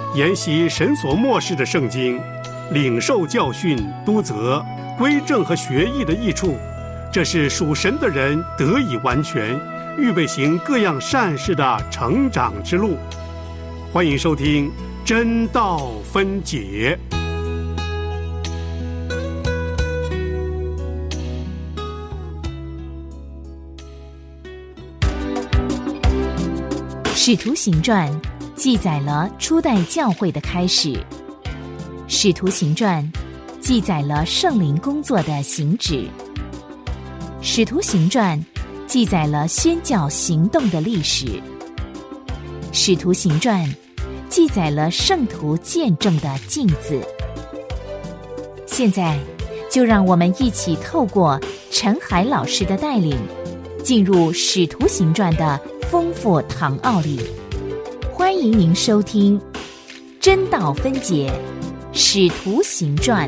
研习神所默示的圣经，领受教训、督责、归正和学义的益处，这是属神的人得以完全，预备行各样善事的成长之路。欢迎收听真道分解。 使徒行传记载了初代教会的开始，使徒行传记载了圣灵工作的行止，使徒行传记载了宣教行动的历史，使徒行传记载了圣徒见证的镜子。现在就让我们一起透过陈海老师的带领，进入使徒行传的丰富堂奥里。欢迎您收听真道分解使徒行传。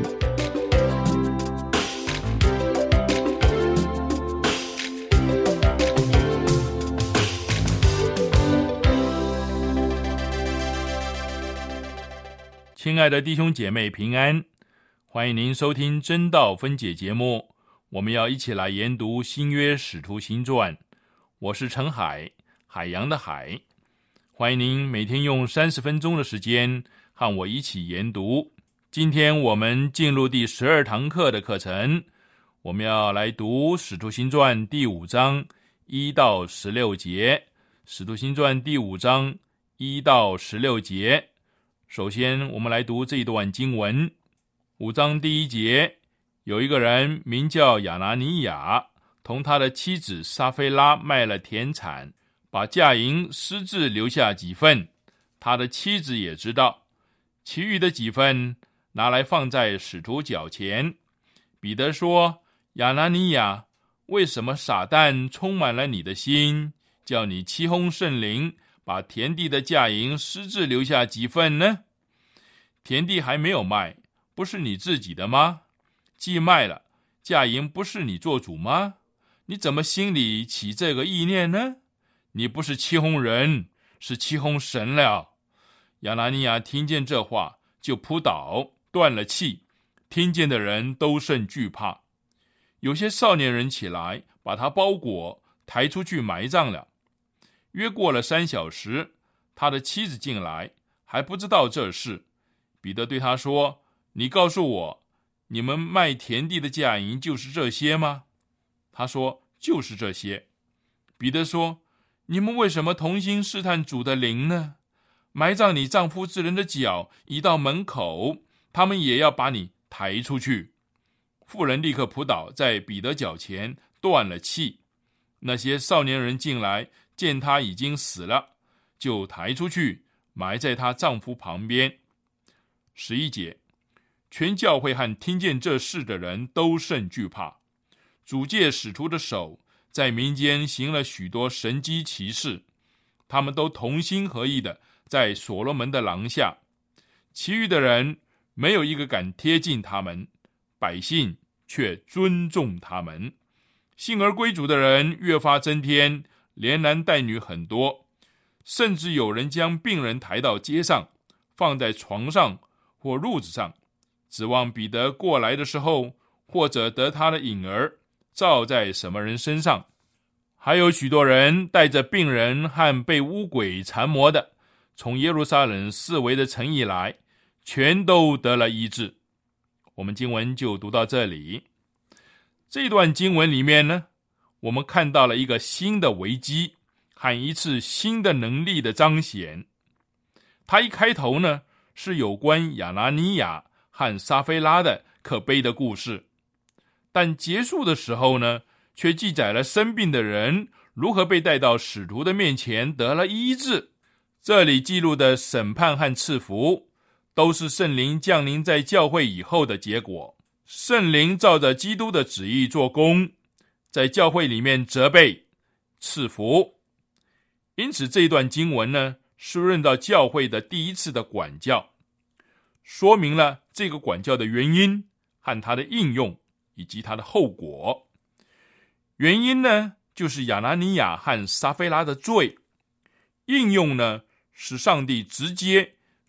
亲爱的弟兄姐妹平安，欢迎您收听真道分解节目。我们要一起来研读新约使徒行传。我是陈海，海洋的海。欢迎您每天用30分钟的时间和我一起研读。今天我们进入第12堂课的课程，我们要来读使徒行传第5章1到16节。使徒行传第5章1到16节。首先我们来读这一段经文。5章第1节，有一个人名叫亚拿尼亚，同他的妻子撒非拉卖了田产，把价银私自留下几份，他的妻子也知道，其余的几份拿来放在使徒脚前。彼得说，亚拿尼亚，为什么撒旦充满了你的心，叫你欺哄圣灵，把田地的价银私自留下几份呢？田地还没有卖，不是你自己的吗？既卖了，价银不是你做主吗？你怎么心里起这个意念呢？你不是欺哄人，是欺哄神了。亚拿尼亚听见这话，就扑倒，断了气。听见的人都甚惧怕。有些少年人起来，把他包裹，抬出去埋葬了。约过了3小时，他的妻子进来，还不知道这事。彼得对他说，你告诉我，你们卖田地的价银就是这些吗？他说，就是这些。彼得说，你们为什么同心试探主的灵呢？埋葬你丈夫之人的脚已到门口，他们也要把你抬出去。妇人立刻扑倒在彼得脚前，断了气。那些少年人进来，见他已经死了，就抬出去，埋在她丈夫旁边。11节，全教会和听见这事的人都甚惧怕。主借使徒的手，在民间行了许多神迹奇事，他们都同心合意的在所罗门的廊下，其余的人没有一个敢贴近他们，百姓却尊重他们。信而归主的人越发增添，连男带女很多，甚至有人将病人抬到街上，放在床上或褥子上，指望彼得过来的时候，或者得他的影儿照在什么人身上。还有许多人带着病人和被污鬼缠磨的，从耶路撒冷四围的城邑来，全都得了医治。我们经文就读到这里。这段经文里面呢，我们看到了一个新的危机和一次新的能力的彰显。它一开头呢，是有关亚拿尼亚和撒非拉的可悲的故事，但结束的时候呢，却记载了生病的人如何被带到使徒的面前得了医治。这里记录的审判和赐福，都是圣灵降临在教会以后的结果。圣灵照着基督的旨意做工，在教会里面责备、赐福。因此这一段经文呢，是论到教会的第一次的管教，说明了这个管教的原因和它的应用以及它的后果。原因呢，就是亚拿尼亚和撒非拉的罪；应用呢，是上帝直接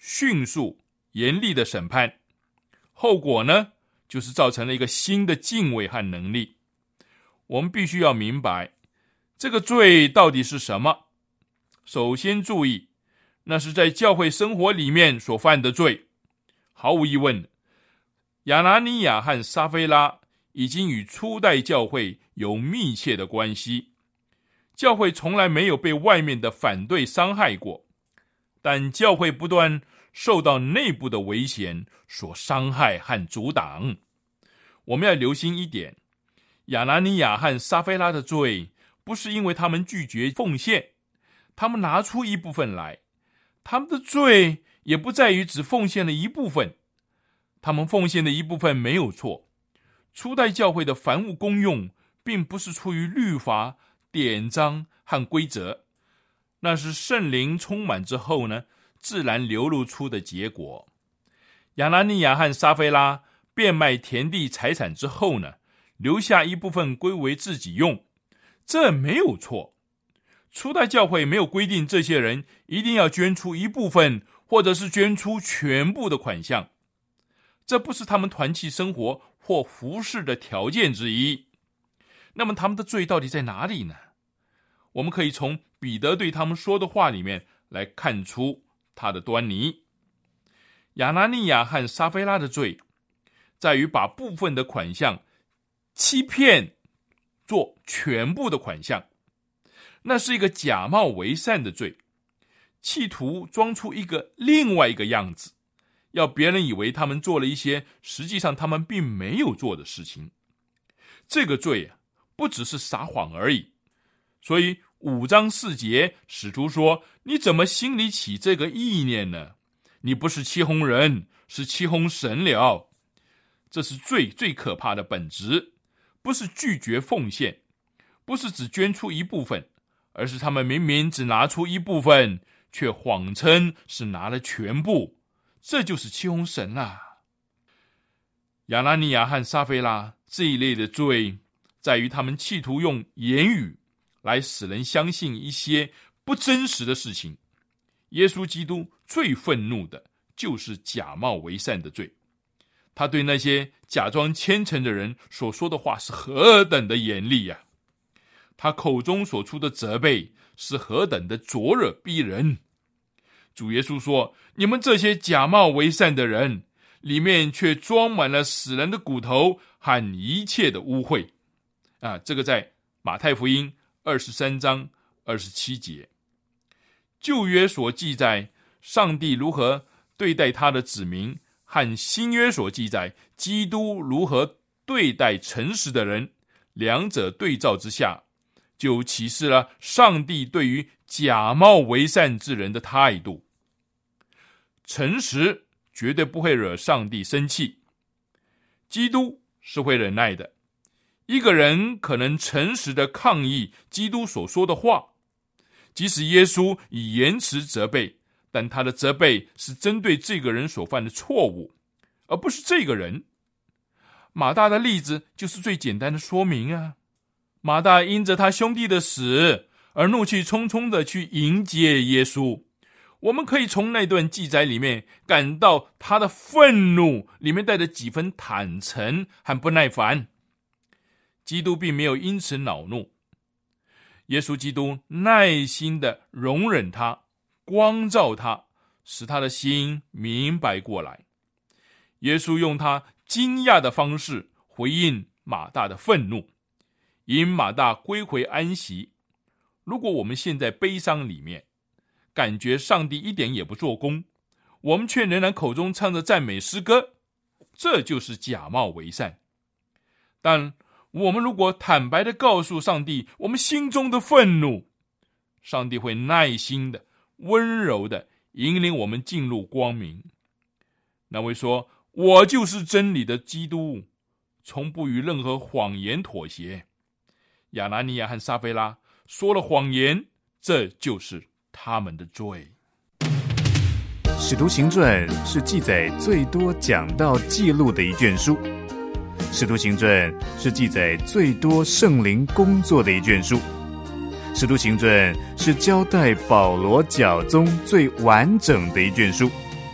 迅速严厉的审判，后果呢，就是造成了一个新的敬畏和能力。我们必须要明白这个罪到底是什么。首先注意，那是在教会生活里面所犯的罪。毫无疑问，亚拿尼亚和撒非拉已经与初代教会有密切的关系。教会从来没有被外面的反对伤害过，但教会不断受到内部的危险所伤害和阻挡。我们要留心一点，亚拿尼亚和撒非拉的罪不是因为他们拒绝奉献，他们拿出一部分来，他们的罪也不在于只奉献了一部分，他们奉献的一部分没有错。初代教会的凡物公用并不是出于律法、典章和规则，那是圣灵充满之后呢，自然流露出的结果。亚拿尼亚和撒非拉变卖田地财产之后呢，留下一部分归为自己用，这没有错。初代教会没有规定这些人一定要捐出一部分，或者是捐出全部的款项，这不是他们团契生活或服事的条件之一。那么他们的罪到底在哪里呢？我们可以从彼得对他们说的话里面来看出他的端倪。亚拿尼亚和撒非拉的罪在于把部分的款项欺骗做全部的款项，那是一个假冒为善的罪，企图装出另外一个样子，要别人以为他们做了一些实际上他们并没有做的事情。这个罪不只是撒谎而已。所以5章4节使徒说，你怎么心里起这个意念呢？你不是欺哄人，是欺哄神了。这是罪最可怕的本质，不是拒绝奉献，不是只捐出一部分，而是他们明明只拿出一部分，却谎称是拿了全部，这就是欺哄神啊。亚拿尼亚和撒非拉这一类的罪，在于他们企图用言语来使人相信一些不真实的事情。耶稣基督最愤怒的就是假冒为善的罪，他对那些假装虔诚的人所说的话是何等的严厉啊！他口中所出的责备是何等的灼热逼人。主耶稣说，你们这些假冒为善的人，里面却装满了死人的骨头和一切的污秽啊！这个在马太福音23章27节。旧约所记载上帝如何对待他的子民，和新约所记载基督如何对待诚实的人，两者对照之下，就启示了上帝对于假冒为善之人的态度。诚实绝对不会惹上帝生气，基督是会忍耐的。一个人可能诚实的抗议基督所说的话，即使耶稣以言辞责备，但他的责备是针对这个人所犯的错误，而不是这个人。马大的例子就是最简单的说明啊。马大因着他兄弟的死而怒气冲冲的去迎接耶稣，我们可以从那段记载里面感到他的愤怒里面带着几分坦诚和不耐烦。基督并没有因此恼怒，耶稣基督耐心的容忍他，光照他，使他的心明白过来。耶稣用他惊讶的方式回应马大的愤怒，引马大归回安息。如果我们现在悲伤里面感觉上帝一点也不做工，我们却仍然口中唱着赞美诗歌，这就是假冒为善。但我们如果坦白的告诉上帝我们心中的愤怒，上帝会耐心的温柔的引领我们进入光明。那位说我就是真理的基督，从不与任何谎言妥协。亚拿尼亚和撒非拉说了谎言，这就是他们的罪。 使徒行传是记载最多讲道记录的一卷书，使徒行传是记载最多圣灵工作的一卷书，使徒行传是交代保罗教宗最完整的一卷书，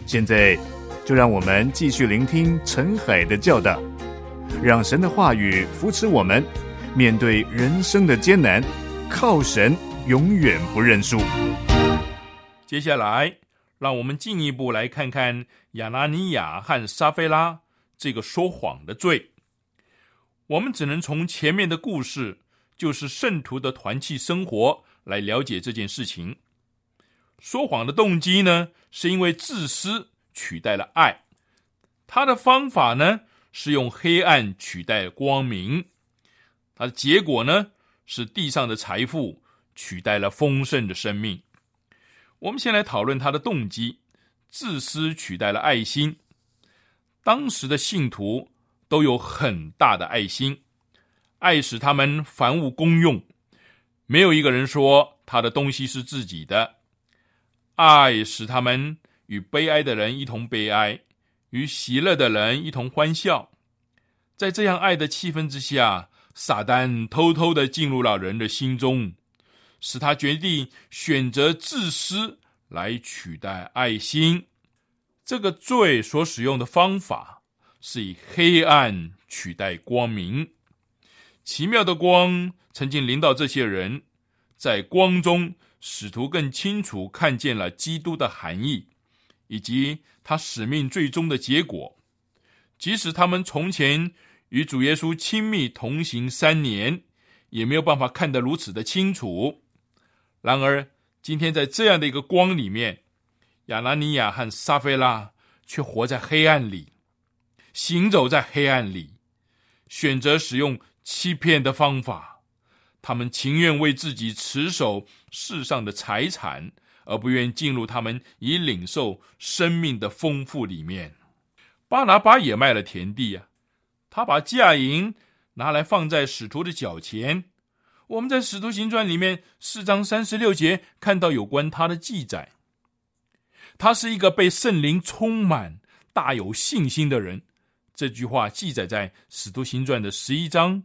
现在就让我们继续聆听陈海的教导，让神的话语扶持我们，面对人生的艰难，靠神永远不认输。 接下来让我们进一步来看看亚拿尼亚和撒非拉这个说谎的罪。我们只能从前面的故事，就是圣徒的团契生活来了解这件事情。说谎的动机呢，是因为自私取代了爱。他的方法呢，是用黑暗取代光明。他的结果呢，是地上的财富取代了丰盛的生命。我们先来讨论他的动机，自私取代了爱心。当时的信徒都有很大的爱心，爱使他们凡物公用，没有一个人说他的东西是自己的。爱使他们与悲哀的人一同悲哀，与喜乐的人一同欢笑。在这样爱的气氛之下，撒旦偷偷地进入了人的心中，使他决定选择自私来取代爱心。这个罪所使用的方法是以黑暗取代光明。奇妙的光曾经临到这些人，在光中使徒更清楚看见了基督的含义，以及他使命最终的结果。即使他们从前与主耶稣亲密同行3年，也没有办法看得如此的清楚。然而今天在这样的一个光里面，亚拿尼亚和撒非拉却活在黑暗里，行走在黑暗里，选择使用欺骗的方法。他们情愿为自己持守世上的财产，而不愿进入他们以领受生命的丰富里面。巴拿巴也卖了田地啊，他把价银拿来放在使徒的脚前。我们在使徒行传里面4章36节看到有关他的记载。他是一个被圣灵充满、大有信心的人，这句话记载在使徒行传的11章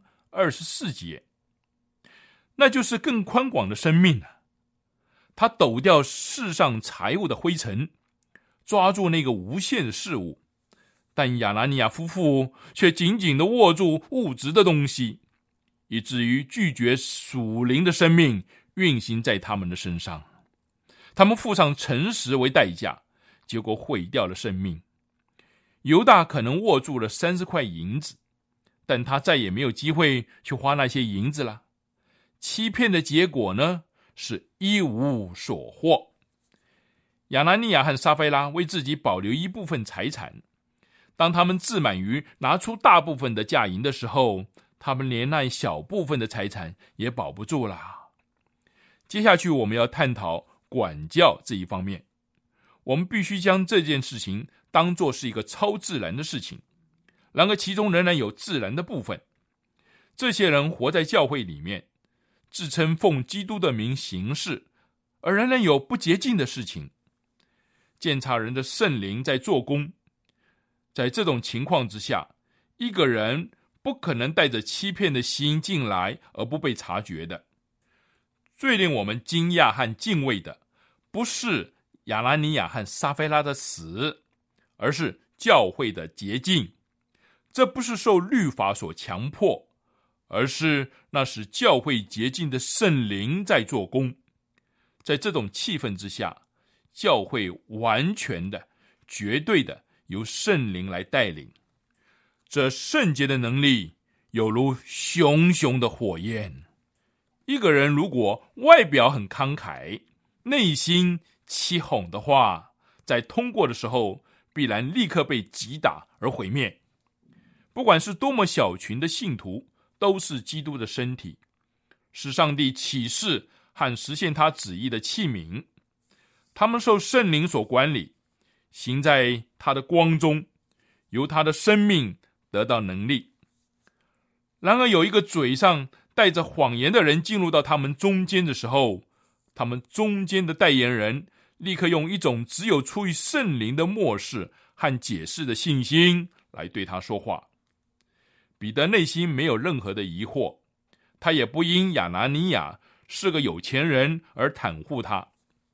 24节。那就是更宽广的生命啊！他抖掉世上财物的灰尘，抓住那个无限的事物。但亚拿尼亚夫妇却紧紧地握住物质的东西，以至于拒绝属灵的生命运行在他们的身上。他们付上诚实为代价，结果毁掉了生命。犹大可能握住了30块银子，但他再也没有机会去花那些银子了。欺骗的结果呢，是一无所获。亚拿尼亚和撒非拉为自己保留一部分财产，当他们自满于拿出大部分的价银的时候，他们连那小部分的财产也保不住了。接下去我们要探讨管教这一方面。我们必须将这件事情当作是一个超自然的事情，然而其中仍然有自然的部分。这些人活在教会里面，自称奉基督的名行事，而仍然有不洁净的事情。监察人的圣灵在做工，在这种情况之下，一个人不可能带着欺骗的心进来而不被察觉的。最令我们惊讶和敬畏的，不是亚拿尼亚和撒非拉的死，而是教会的洁净。这不是受律法所强迫，而是那使教会洁净的圣灵在做工。在这种气氛之下，教会完全的、绝对的由圣灵来带领。这圣洁的能力有如熊熊的火焰。一个人如果外表很慷慨，内心欺哄的话，在通过的时候必然立刻被击打而毁灭。不管是多么小群的信徒，都是基督的身体，是上帝启示和实现他旨意的器皿。他们受圣灵所管理，行在他的光中，由他的生命得到能力。然而有一个嘴上带着谎言的人进入到他们中间的时候，他们中间的代言人立刻用一种只有出于圣灵的默示和解释的信心来对他说话。彼得内心没有任何的疑惑，他也不因亚拿尼亚是个有钱人而袒护他。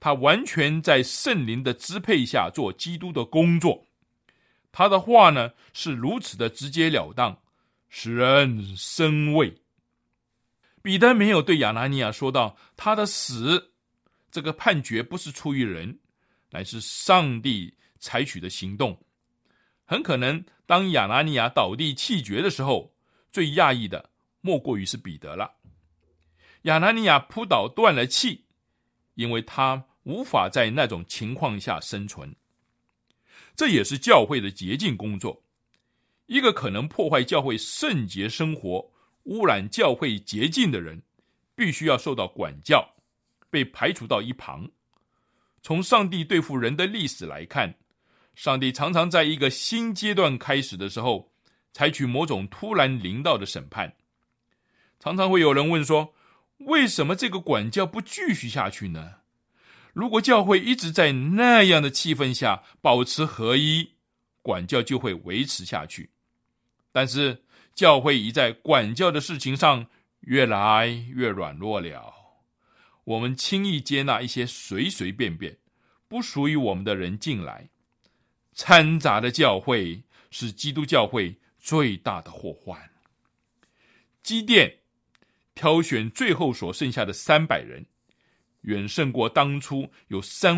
他完全在圣灵的支配下做基督的工作。他的话呢，是如此的直截了当，使人生畏。彼得没有对亚拿尼亚说到他的死，这个判决不是出于人，乃是上帝采取的行动。很可能当亚拿尼亚倒地气绝的时候，最讶异的莫过于是彼得了。亚拿尼亚扑倒断了气，因为他无法在那种情况下生存。这也是教会的洁净工作。一个可能破坏教会圣洁生活、污染教会洁净的人，必须要受到管教，被排除到一旁。从上帝对付人的历史来看，上帝常常在一个新阶段开始的时候，采取某种突然临到的审判。常常会有人问说，为什么这个管教不继续下去呢？如果教会一直在那样的气氛下保持合一，管教就会维持下去。但是教会已在管教的事情上越来越软弱了。我们轻易接纳一些随随便便不属于我们的人进来，掺杂的教会是基督教会最大的祸患。基甸挑选最后所剩下的300人，远胜过当初有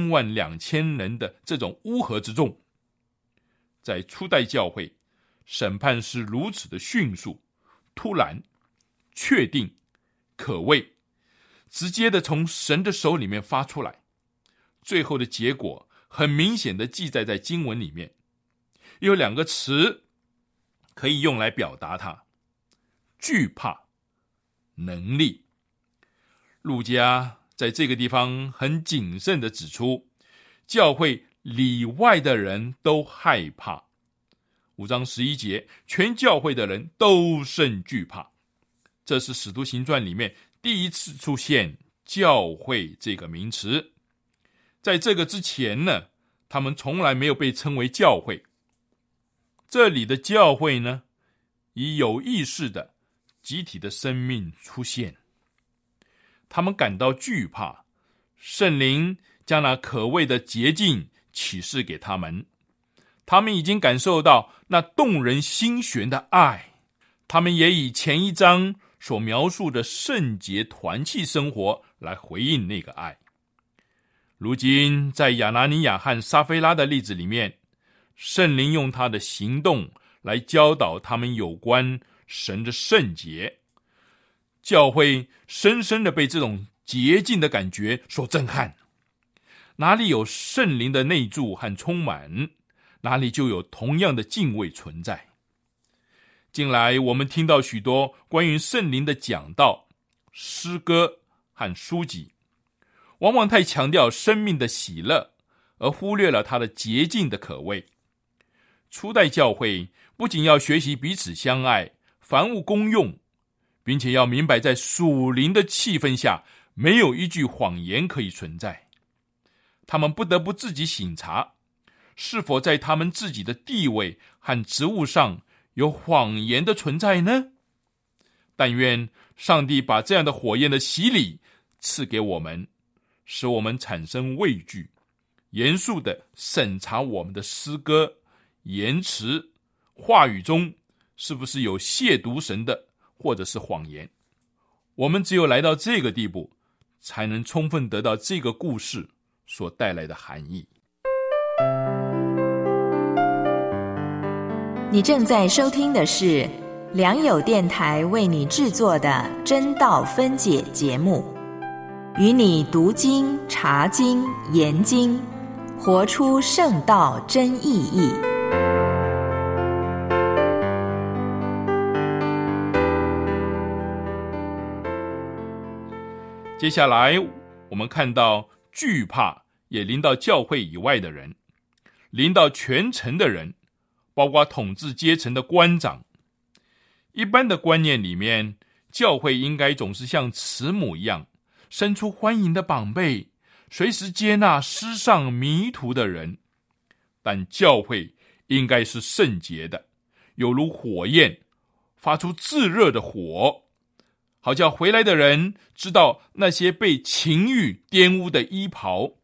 32000人的这种乌合之众。在初代教会，审判是如此的迅速、突然、确定、可畏，直接的从神的手里面发出来。最后的结果很明显的记载在经文里面，有2个词可以用来表达它：惧怕、能力。路加在这个地方很谨慎地指出，教会里外的人都害怕。5章11节，全教会的人都甚惧怕。这是使徒行传里面第一次出现教会这个名词。在这个之前呢，他们从来没有被称为教会。这里的教会呢，以有意识的集体的生命出现。他们感到惧怕，圣灵将那可畏的洁净启示给他们。他们已经感受到那动人心弦的爱，他们也以前1章所描述的圣洁团契生活来回应那个爱。如今在亚拿尼亚和撒非拉的例子里面，圣灵用他的行动来教导他们有关神的圣洁。教会深深的被这种洁净的感觉所震撼。哪里有圣灵的内住和充满，哪里就有同样的敬畏存在。近来我们听到许多关于圣灵的讲道、诗歌和书籍，往往太强调生命的喜乐，而忽略了它的洁净的可畏。初代教会不仅要学习彼此相爱、凡物公用，并且要明白在属灵的气氛下，没有一句谎言可以存在。他们不得不自己省察，是否在他们自己的地位和职务上有谎言的存在呢？但愿上帝把这样的火焰的洗礼赐给我们，使我们产生畏惧，严肃地审查我们的诗歌、言辞、话语中是不是有亵渎神的或者是谎言。我们只有来到这个地步，才能充分得到这个故事所带来的含义。 你正在收听的是良友电台为你制作的真道分解节目，与你读经、查经、研经，活出圣道真意义。 接下来我们看到惧怕也临到教会以外的人，临到全城的人，包括统治阶层的官长。一般的观念里面，教会应该总是像慈母一样，伸出欢迎的膀臂，随时接纳失丧迷途的人。但教会应该是圣洁的，有如火焰，发出炙热的火，好叫回来的人知道那些被情欲玷污的衣袍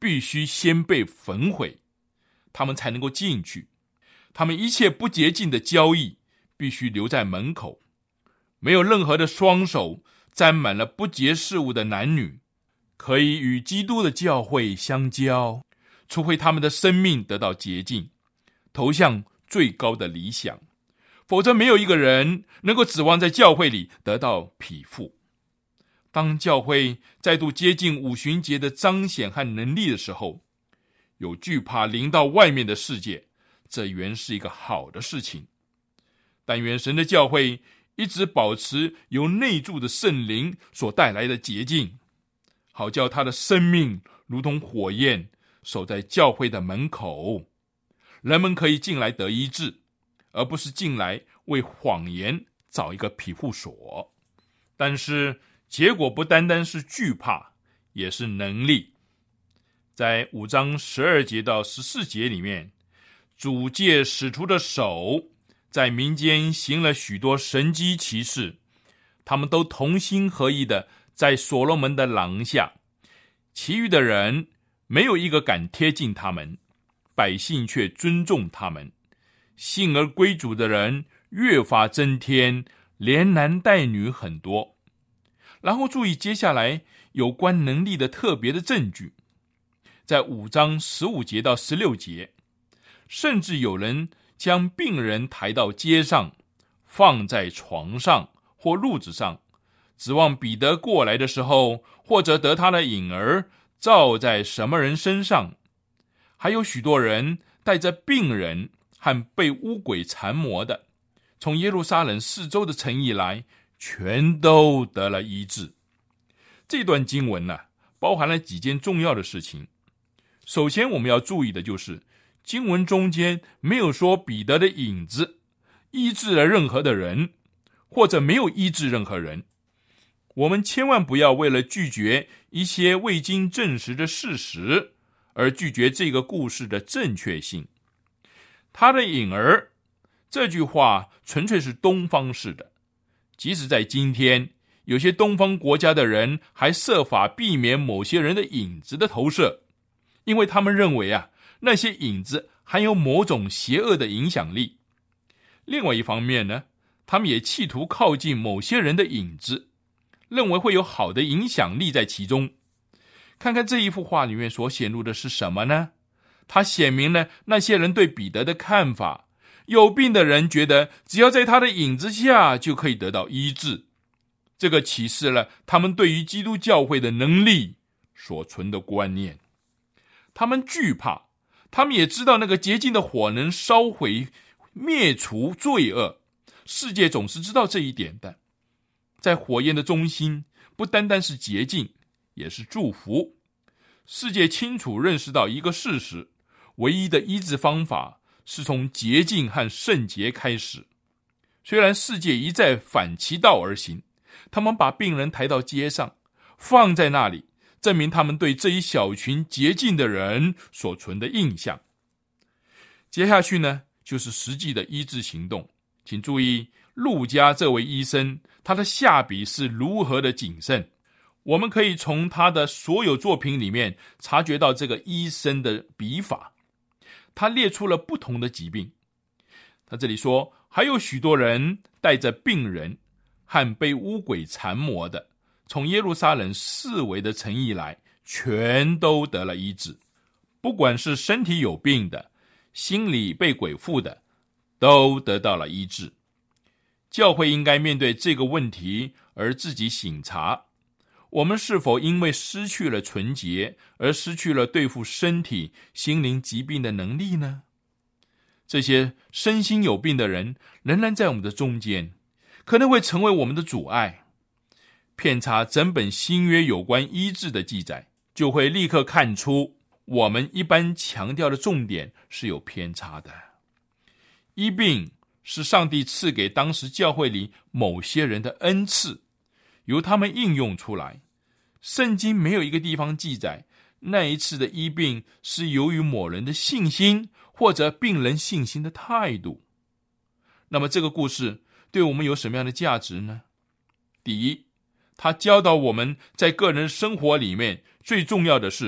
必须先被焚毁，他们才能够进去。他们一切不洁净的交易必须留在门口，没有任何的双手沾满了不洁事物的男女可以与基督的教会相交，除非他们的生命得到洁净，投向最高的理想，否则没有一个人能够指望在教会里得到庇护。当教会再度接近五旬节的彰显和能力的时候，有惧怕临到外面的世界，这原是一个好的事情。但愿神的教会一直保持由内住的圣灵所带来的洁净，好叫他的生命如同火焰守在教会的门口，人们可以进来得医治，而不是进来为谎言找一个庇护所。但是结果不单单是惧怕，也是能力。在5章12节到14节里面，主借使徒的手在民间行了许多神迹奇事，他们都同心合意的在所罗门的廊下，其余的人没有一个敢贴近他们，百姓却尊重他们。信而归主的人越发增添，连男带女很多。然后注意接下来有关能力的特别的证据，在5章15节到16节，甚至有人将病人抬到街上，放在床上或褥子上，指望彼得过来的时候，或者得他的影儿照在什么人身上。还有许多人带着病人和被污鬼缠磨的，从耶路撒冷四周的城邑来，全都得了医治。这段经文包含了几件重要的事情。首先我们要注意的就是，经文中间没有说彼得的影子医治了任何的人，或者没有医治任何人。我们千万不要为了拒绝一些未经证实的事实，而拒绝这个故事的正确性。他的影儿这句话纯粹是东方式的，即使在今天，有些东方国家的人还设法避免某些人的影子的投射，因为他们认为那些影子含有某种邪恶的影响力。另外一方面呢，他们也企图靠近某些人的影子，认为会有好的影响力在其中。看看这一幅画里面所显露的是什么呢？它显明了那些人对彼得的看法。有病的人觉得只要在他的影子下就可以得到医治，这个启示了他们对于基督教会的能力所存的观念。他们惧怕，他们也知道那个洁净的火能烧毁灭除罪恶，世界总是知道这一点的。在火焰的中心，不单单是洁净，也是祝福。世界清楚认识到一个事实，唯一的医治方法是从洁净和圣洁开始。虽然世界一再反其道而行，他们把病人抬到街上，放在那里，证明他们对这一小群洁净的人所存的印象。接下去呢，就是实际的医治行动。请注意路加这位医生，他的下笔是如何的谨慎。我们可以从他的所有作品里面察觉到这个医生的笔法。他列出了不同的疾病。他这里说，还有许多人带着病人和被污鬼缠磨的，从耶路撒冷四围的城邑来，全都得了医治。不管是身体有病的，心里被鬼附的，都得到了医治。教会应该面对这个问题而自己省察，我们是否因为失去了纯洁而失去了对付身体心灵疾病的能力呢？这些身心有病的人仍然在我们的中间，可能会成为我们的阻碍。遍查整本新约有关医治的记载，就会立刻看出我们一般强调的重点是有偏差的。医病是上帝赐给当时教会里某些人的恩赐，由他们应用出来。圣经没有一个地方记载那一次的医病是由于某人的信心或者病人信心的态度。那么这个故事对我们有什么样的价值呢？第一，它教导我们在个人生活里面最重要的是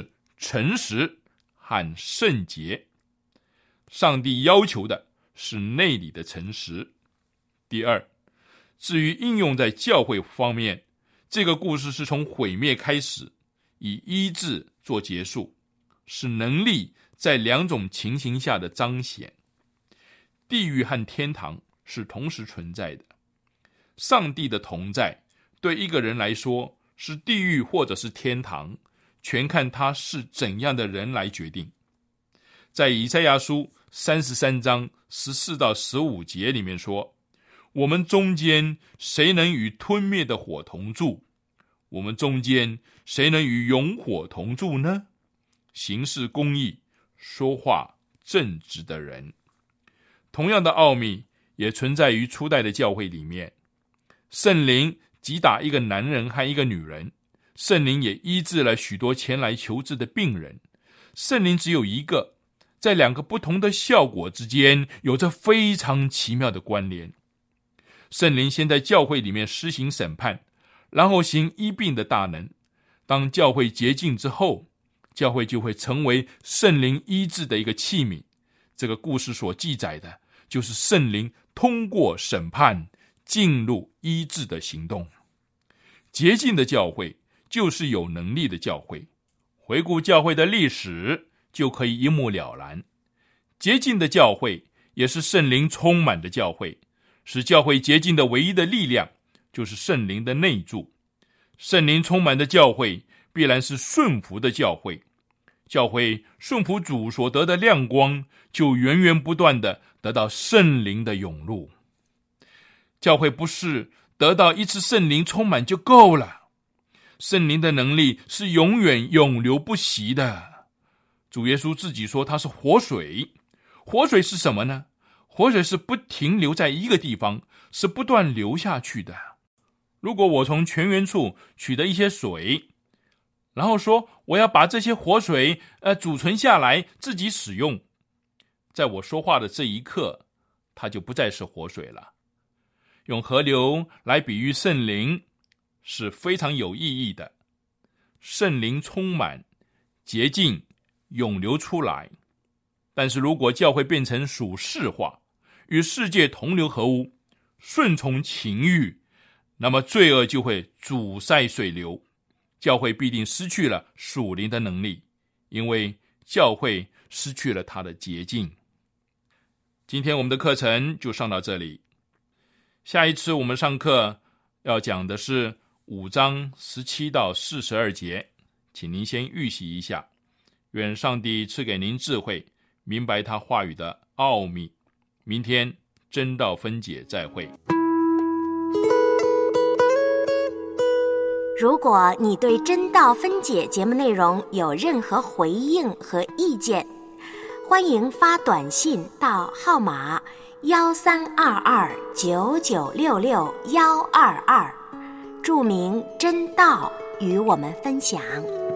诚实和圣洁。上帝要求的是内里的诚实。第二，至于应用在教会方面，这个故事是从毁灭开始，以医治做结束，是能力在两种情形下的彰显。地狱和天堂是同时存在的。上帝的同在对一个人来说是地狱或者是天堂，全看他是怎样的人来决定。在以赛亚书33章14到15节里面说，我们中间谁能与吞灭的火同住？我们中间谁能与永火同住呢？行事公义，说话正直的人。同样的奥秘也存在于初代的教会里面。圣灵击打一个男人和一个女人，圣灵也医治了许多前来求治的病人。圣灵只有一个，在两个不同的效果之间有着非常奇妙的关联。圣灵先在教会里面施行审判，然后行医病的大能。当教会洁净之后，教会就会成为圣灵医治的一个器皿。这个故事所记载的就是圣灵通过审判进入医治的行动。洁净的教会就是有能力的教会。回顾教会的历史就可以一目了然。洁净的教会也是圣灵充满的教会。使教会洁净的唯一的力量就是圣灵的内住。圣灵充满的教会必然是顺服的教会。教会顺服主所得的亮光，就源源不断的得到圣灵的涌入。教会不是得到一次圣灵充满就够了，圣灵的能力是永远永流不息的。主耶稣自己说他是活水。活水是什么呢？活水是不停留在一个地方，是不断流下去的。如果我从泉源处取得一些水，然后说我要把这些活水储存下来自己使用，在我说话的这一刻，它就不再是活水了。用河流来比喻圣灵是非常有意义的。圣灵充满、洁净、涌流出来。但是如果教会变成属世化，与世界同流合污，顺从情欲，那么罪恶就会阻塞水流，教会必定失去了属灵的能力，因为教会失去了它的洁净。今天我们的课程就上到这里，下一次我们上课要讲的是5章17到42节，请您先预习一下。愿上帝赐给您智慧，明白他话语的奥秘。明天真道分解再会。 如果你对真道分解节目内容有任何回应和意见，欢迎发短信到号码1322996622，注明真道与我们分享。